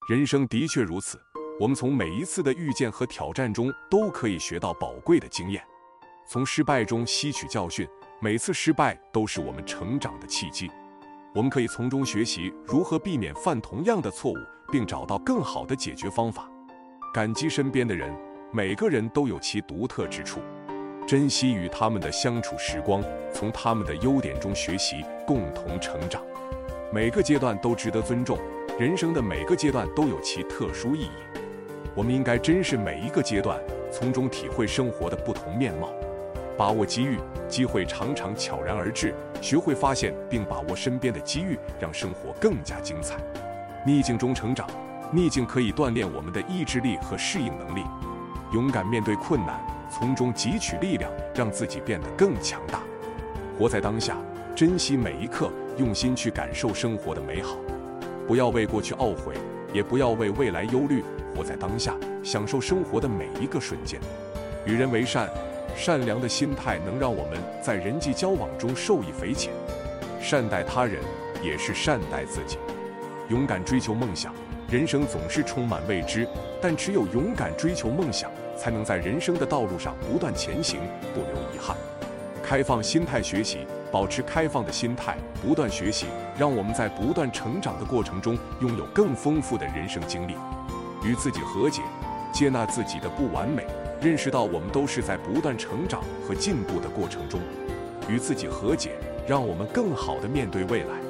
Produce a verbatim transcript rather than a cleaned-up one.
人生的确如此，我们从每一次的遇见和挑战中都可以学到宝贵的经验，从失败中吸取教训，每次失败都是我们成长的契机。我们可以从中学习如何避免犯同样的错误，并找到更好的解决方法。感激身边的人，每个人都有其独特之处，珍惜与他们的相处时光，从他们的优点中学习，共同成长。每个阶段都值得尊重，人生的每个阶段都有其特殊意义。我们应该珍视每一个阶段，从中体会生活的不同面貌，把握机遇，机会常常悄然而至，学会发现并把握身边的机遇，让生活更加精彩。逆境中成长，逆境可以锻炼我们的意志力和适应能力，勇敢面对困难，从中汲取力量，让自己变得更强大。活在当下，珍惜每一刻，用心去感受生活的美好，不要为过去懊悔，也不要为未来忧虑。活在当下，享受生活的每一个瞬间。与人为善，善良的心态能让我们在人际交往中受益匪浅。善待他人，也是善待自己。勇敢追求梦想，人生总是充满未知，但只有勇敢追求梦想，才能在人生的道路上不断前行，不留遗憾。开放心态学习，保持开放的心态，不断学习，让我们在不断成长的过程中拥有更丰富的人生经历。与自己和解，接纳自己的不完美，认识到我们都是在不断成长和进步的过程中。与自己和解，让我们更好地面对未来。